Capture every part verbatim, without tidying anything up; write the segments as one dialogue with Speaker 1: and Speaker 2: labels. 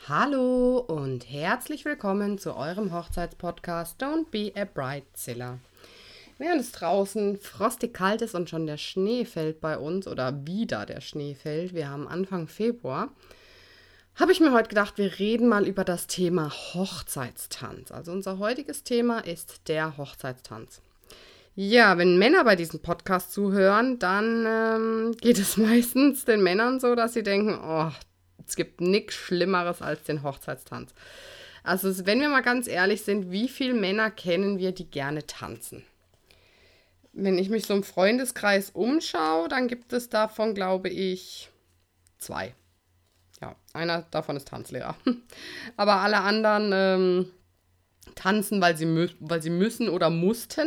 Speaker 1: Hallo und herzlich willkommen zu eurem Hochzeitspodcast Don't Be a Bridezilla. Während es draußen frostig kalt ist und schon der Schnee fällt bei uns oder wieder der Schnee fällt, wir haben Anfang Februar, habe ich mir heute gedacht, wir reden mal über das Thema Hochzeitstanz. Also unser heutiges Thema ist der Hochzeitstanz. Ja, wenn Männer bei diesem Podcast zuhören, dann ähm, geht es meistens den Männern so, dass sie denken, oh, es gibt nichts Schlimmeres als den Hochzeitstanz. Also wenn wir mal ganz ehrlich sind, wie viele Männer kennen wir, die gerne tanzen? Wenn ich mich so im Freundeskreis umschaue, dann gibt es davon, glaube ich, zwei. Ja, einer davon ist Tanzlehrer. Aber alle anderen ähm, tanzen, weil sie, mü- weil sie müssen oder mussten.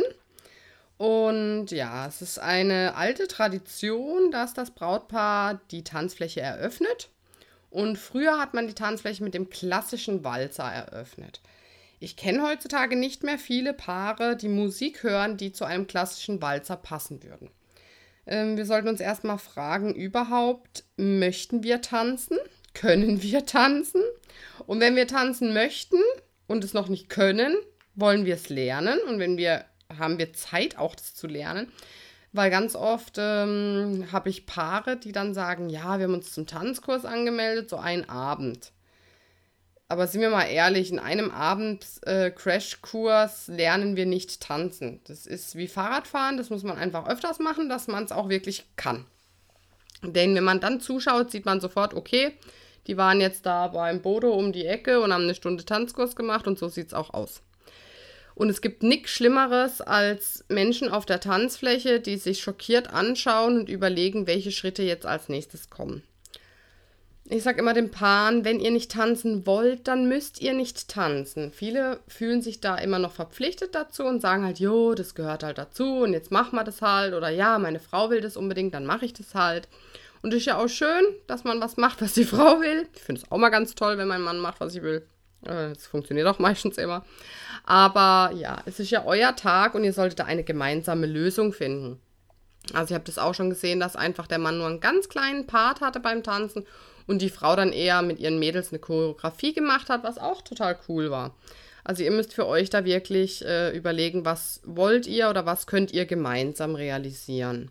Speaker 1: Und ja, es ist eine alte Tradition, dass das Brautpaar die Tanzfläche eröffnet. Und früher hat man die Tanzfläche mit dem klassischen Walzer eröffnet. Ich kenne heutzutage nicht mehr viele Paare, die Musik hören, die zu einem klassischen Walzer passen würden. Ähm, wir sollten uns erstmal fragen, überhaupt, möchten wir tanzen? Können wir tanzen? Und wenn wir tanzen möchten und es noch nicht können, wollen wir es lernen. Und wenn wir, haben wir Zeit auch das zu lernen. Weil ganz oft ähm, habe ich Paare, die dann sagen, ja, wir haben uns zum Tanzkurs angemeldet, so einen Abend. Aber sind wir mal ehrlich, in einem Abend äh, Crashkurs lernen wir nicht tanzen. Das ist wie Fahrradfahren, das muss man einfach öfters machen, dass man es auch wirklich kann. Denn wenn man dann zuschaut, sieht man sofort, okay, die waren jetzt da beim Bodo um die Ecke und haben eine Stunde Tanzkurs gemacht und so sieht es auch aus. Und es gibt nichts Schlimmeres als Menschen auf der Tanzfläche, die sich schockiert anschauen und überlegen, welche Schritte jetzt als nächstes kommen. Ich sage immer den Paaren, wenn ihr nicht tanzen wollt, dann müsst ihr nicht tanzen. Viele fühlen sich da immer noch verpflichtet dazu und sagen halt, jo, das gehört halt dazu und jetzt machen wir das halt. Oder ja, meine Frau will das unbedingt, dann mache ich das halt. Und es ist ja auch schön, dass man was macht, was die Frau will. Ich finde es auch mal ganz toll, wenn mein Mann macht, was ich will. Das funktioniert auch meistens immer. Aber ja, es ist ja euer Tag und ihr solltet da eine gemeinsame Lösung finden. Also ich habe das auch schon gesehen, dass einfach der Mann nur einen ganz kleinen Part hatte beim Tanzen und die Frau dann eher mit ihren Mädels eine Choreografie gemacht hat, was auch total cool war. Also ihr müsst für euch da wirklich äh, überlegen, was wollt ihr oder was könnt ihr gemeinsam realisieren.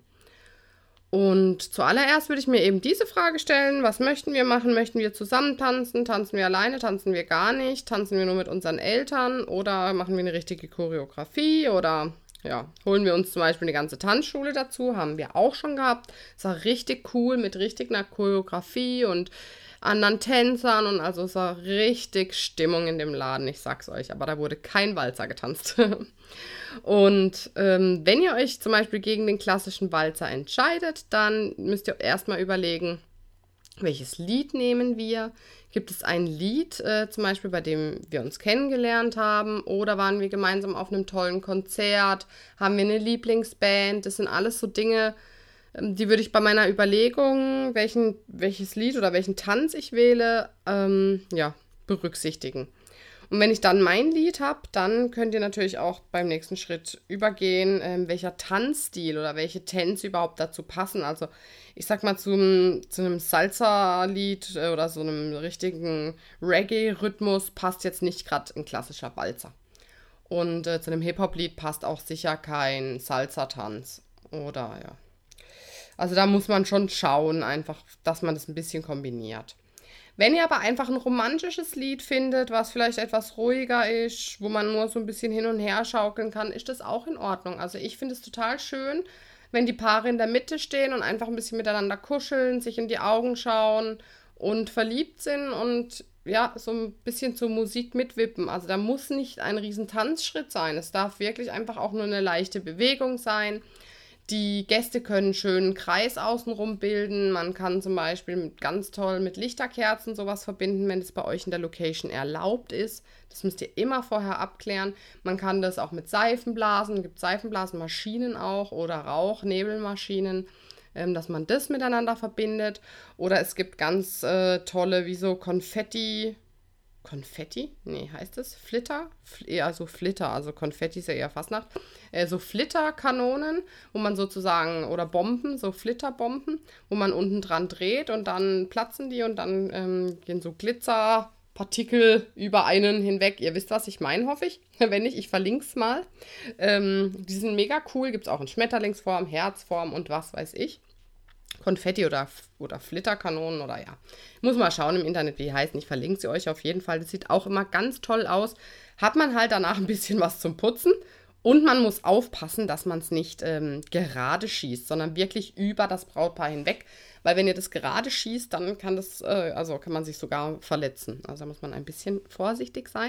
Speaker 1: Und zuallererst würde ich mir eben diese Frage stellen, was möchten wir machen? Möchten wir zusammen tanzen? Tanzen wir alleine? Tanzen wir gar nicht? Tanzen wir nur mit unseren Eltern? Oder machen wir eine richtige Choreografie? Oder ja, holen wir uns zum Beispiel eine ganze Tanzschule dazu? Haben wir auch schon gehabt. Es war richtig cool mit richtig einer Choreografie und anderen Tänzern und also es war richtig Stimmung in dem Laden, ich sag's euch. Aber da wurde kein Walzer getanzt. Und ähm, wenn ihr euch zum Beispiel gegen den klassischen Walzer entscheidet, dann müsst ihr erstmal überlegen, welches Lied nehmen wir? Gibt es ein Lied, äh, zum Beispiel, bei dem wir uns kennengelernt haben? Oder waren wir gemeinsam auf einem tollen Konzert? Haben wir eine Lieblingsband? Das sind alles so Dinge, ähm, die würde ich bei meiner Überlegung, welchen, welches Lied oder welchen Tanz ich wähle, ähm, ja, berücksichtigen. Und wenn ich dann mein Lied habe, dann könnt ihr natürlich auch beim nächsten Schritt übergehen, ähm, welcher Tanzstil oder welche Tänze überhaupt dazu passen. Also ich sag mal, zum, zu einem Salsa-Lied äh, oder so einem richtigen Reggae-Rhythmus passt jetzt nicht gerade ein klassischer Walzer. Und äh, zu einem Hip-Hop-Lied passt auch sicher kein Salsa-Tanz. Oder ja. Also da muss man schon schauen, einfach, dass man das ein bisschen kombiniert. Wenn ihr aber einfach ein romantisches Lied findet, was vielleicht etwas ruhiger ist, wo man nur so ein bisschen hin und her schaukeln kann, ist das auch in Ordnung. Also ich finde es total schön, wenn die Paare in der Mitte stehen und einfach ein bisschen miteinander kuscheln, sich in die Augen schauen und verliebt sind und ja, so ein bisschen zur Musik mitwippen. Also da muss nicht ein riesen Tanzschritt sein. Es darf wirklich einfach auch nur eine leichte Bewegung sein. Die Gäste können einen schönen Kreis außenrum bilden. Man kann zum Beispiel mit, ganz toll mit Lichterkerzen sowas verbinden, wenn es bei euch in der Location erlaubt ist. Das müsst ihr immer vorher abklären. Man kann das auch mit Seifenblasen, es gibt Seifenblasenmaschinen auch oder Rauchnebelmaschinen, ähm, dass man das miteinander verbindet. Oder es gibt ganz äh, tolle, wie so Konfetti, Konfetti? Nee, heißt es? Flitter? Fl- eher so Flitter, also Konfetti ist ja eher Fastnacht. Äh, so Flitterkanonen, wo man sozusagen, oder Bomben, so Flitterbomben, wo man unten dran dreht und dann platzen die und dann ähm, gehen so Glitzer Partikel über einen hinweg. Ihr wisst, was ich meine, hoffe ich. Wenn nicht, ich verlinke es mal. Ähm, die sind mega cool. Gibt es auch in Schmetterlingsform, Herzform und was weiß ich. Konfetti oder, oder Flitterkanonen oder ja. Muss mal schauen im Internet, wie die heißen. Ich verlinke sie euch auf jeden Fall. Das sieht auch immer ganz toll aus. Hat man halt danach ein bisschen was zum Putzen. Und man muss aufpassen, dass man es nicht ähm, gerade schießt, sondern wirklich über das Brautpaar hinweg. Weil wenn ihr das gerade schießt, dann kann das, äh, also kann man sich sogar verletzen. Also da muss man ein bisschen vorsichtig sein.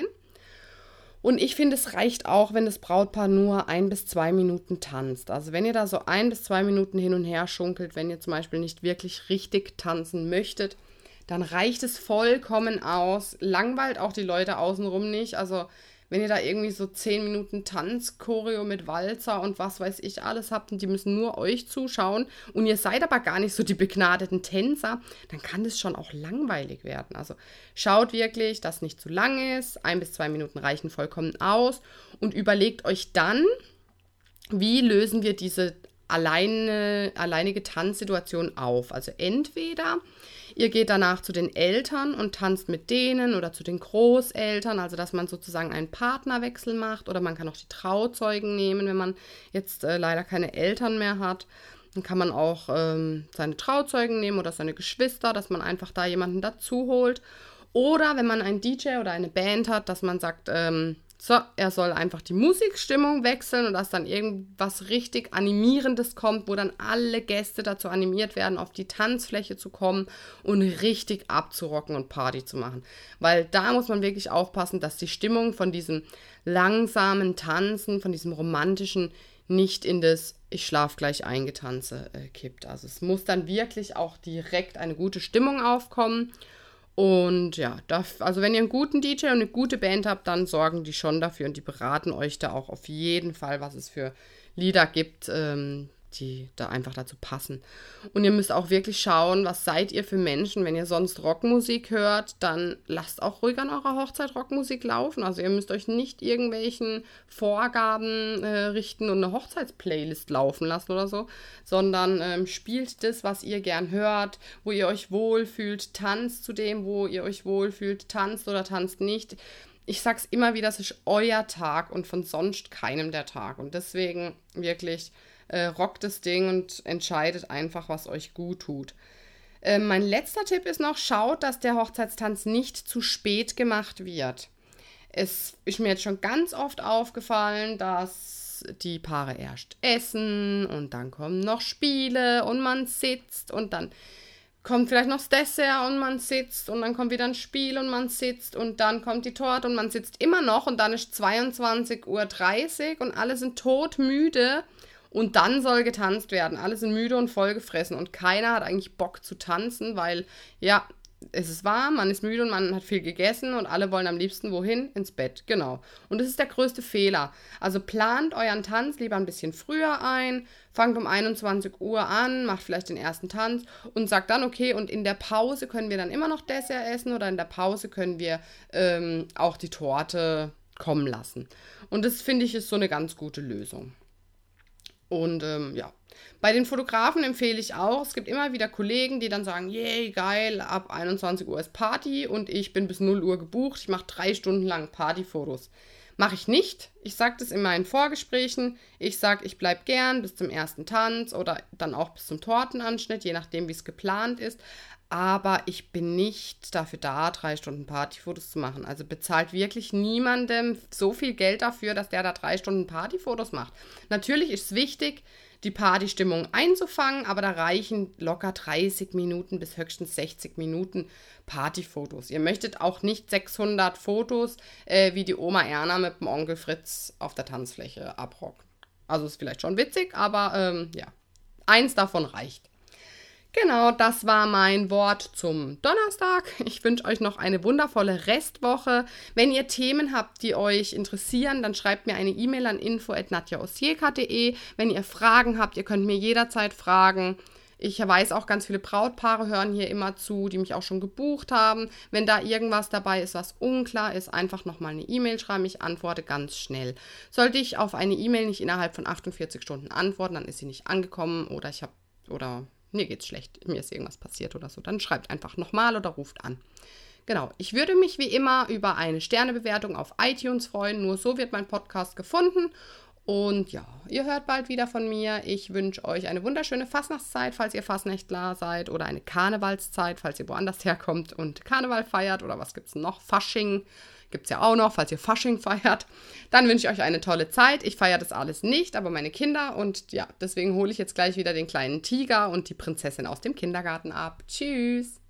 Speaker 1: Und ich finde, es reicht auch, wenn das Brautpaar nur ein bis zwei Minuten tanzt. Also wenn ihr da so ein bis zwei Minuten hin und her schunkelt, wenn ihr zum Beispiel nicht wirklich richtig tanzen möchtet, dann reicht es vollkommen aus. Langweilt auch die Leute außenrum nicht. Also wenn ihr da irgendwie so zehn Minuten Tanz-Choreo mit Walzer und was weiß ich alles habt und die müssen nur euch zuschauen und ihr seid aber gar nicht so die begnadeten Tänzer, dann kann das schon auch langweilig werden. Also schaut wirklich, dass nicht zu lang ist. Ein bis zwei Minuten reichen vollkommen aus und überlegt euch dann, wie lösen wir diese alleine, alleinige Tanzsituation auf. Also entweder ihr geht danach zu den Eltern und tanzt mit denen oder zu den Großeltern, also dass man sozusagen einen Partnerwechsel macht oder man kann auch die Trauzeugen nehmen, wenn man jetzt äh, leider keine Eltern mehr hat. Dann kann man auch ähm, seine Trauzeugen nehmen oder seine Geschwister, dass man einfach da jemanden dazu holt. Oder wenn man einen D J oder eine Band hat, dass man sagt, ähm, so, er soll einfach die Musikstimmung wechseln und dass dann irgendwas richtig Animierendes kommt, wo dann alle Gäste dazu animiert werden, auf die Tanzfläche zu kommen und richtig abzurocken und Party zu machen. Weil da muss man wirklich aufpassen, dass die Stimmung von diesem langsamen Tanzen, von diesem romantischen, nicht in das Ich schlaf gleich eingetanze äh, kippt. Also es muss dann wirklich auch direkt eine gute Stimmung aufkommen. Und ja, da, also wenn ihr einen guten D J und eine gute Band habt, dann sorgen die schon dafür und die beraten euch da auch auf jeden Fall, was es für Lieder gibt, ähm, die da einfach dazu passen. Und ihr müsst auch wirklich schauen, was seid ihr für Menschen. Wenn ihr sonst Rockmusik hört, dann lasst auch ruhig an eurer Hochzeit Rockmusik laufen. Also ihr müsst euch nicht irgendwelchen Vorgaben äh, richten und eine Hochzeitsplaylist laufen lassen oder so, sondern ähm, spielt das, was ihr gern hört, wo ihr euch wohlfühlt, tanzt zu dem, wo ihr euch wohlfühlt, tanzt oder tanzt nicht. Ich sag's immer wieder, es ist euer Tag und von sonst keinem der Tag. Und deswegen wirklich Äh, rockt das Ding und entscheidet einfach, was euch gut tut. Äh, mein letzter Tipp ist noch, schaut, dass der Hochzeitstanz nicht zu spät gemacht wird. Es ist mir jetzt schon ganz oft aufgefallen, dass die Paare erst essen und dann kommen noch Spiele und man sitzt und dann kommt vielleicht noch das Dessert und man sitzt und dann kommt wieder ein Spiel und man sitzt und dann kommt die Torte und man sitzt immer noch und dann ist zweiundzwanzig Uhr dreißig und alle sind todmüde. Und dann soll getanzt werden. Alle sind müde und vollgefressen und keiner hat eigentlich Bock zu tanzen, weil, ja, es ist warm, man ist müde und man hat viel gegessen und alle wollen am liebsten wohin? Ins Bett, genau. Und das ist der größte Fehler. Also plant euren Tanz lieber ein bisschen früher ein, fangt um einundzwanzig Uhr an, macht vielleicht den ersten Tanz und sagt dann, okay, und in der Pause können wir dann immer noch Dessert essen oder in der Pause können wir ähm, auch die Torte kommen lassen. Und das, finde ich, ist so eine ganz gute Lösung. Und ähm, ja, bei den Fotografen empfehle ich auch, es gibt immer wieder Kollegen, die dann sagen, yay, geil, ab einundzwanzig Uhr ist Party und ich bin bis null Uhr gebucht, ich mache drei Stunden lang Partyfotos. Mache ich nicht. Ich sage das in meinen Vorgesprächen. Ich sage, ich bleibe gern bis zum ersten Tanz oder dann auch bis zum Tortenanschnitt, je nachdem, wie es geplant ist. Aber ich bin nicht dafür da, drei Stunden Partyfotos zu machen. Also bezahlt wirklich niemandem so viel Geld dafür, dass der da drei Stunden Partyfotos macht. Natürlich ist es wichtig, die Partystimmung einzufangen, aber da reichen locker dreißig Minuten bis höchstens sechzig Minuten Partyfotos. Ihr möchtet auch nicht sechshundert Fotos äh, wie die Oma Erna mit dem Onkel Fritz auf der Tanzfläche abrocken. Also ist vielleicht schon witzig, aber ähm, ja, eins davon reicht. Genau, das war mein Wort zum Donnerstag. Ich wünsche euch noch eine wundervolle Restwoche. Wenn ihr Themen habt, die euch interessieren, dann schreibt mir eine E-Mail an info at nadja osieka punkt de. Wenn ihr Fragen habt, ihr könnt mir jederzeit fragen. Ich weiß auch, ganz viele Brautpaare hören hier immer zu, die mich auch schon gebucht haben. Wenn da irgendwas dabei ist, was unklar ist, einfach nochmal eine E-Mail schreiben. Ich antworte ganz schnell. Sollte ich auf eine E-Mail nicht innerhalb von achtundvierzig Stunden antworten, dann ist sie nicht angekommen oder ich habe oder mir geht's schlecht, mir ist irgendwas passiert oder so, dann schreibt einfach nochmal oder ruft an. Genau, ich würde mich wie immer über eine Sternebewertung auf iTunes freuen. Nur so wird mein Podcast gefunden. Und ja, ihr hört bald wieder von mir. Ich wünsche euch eine wunderschöne Fastnachtszeit, falls ihr Fastnächtler seid, oder eine Karnevalszeit, falls ihr woanders herkommt und Karneval feiert. Oder was gibt es noch? Fasching gibt es ja auch noch, falls ihr Fasching feiert. Dann wünsche ich euch eine tolle Zeit. Ich feiere das alles nicht, aber meine Kinder. Und ja, deswegen hole ich jetzt gleich wieder den kleinen Tiger und die Prinzessin aus dem Kindergarten ab. Tschüss!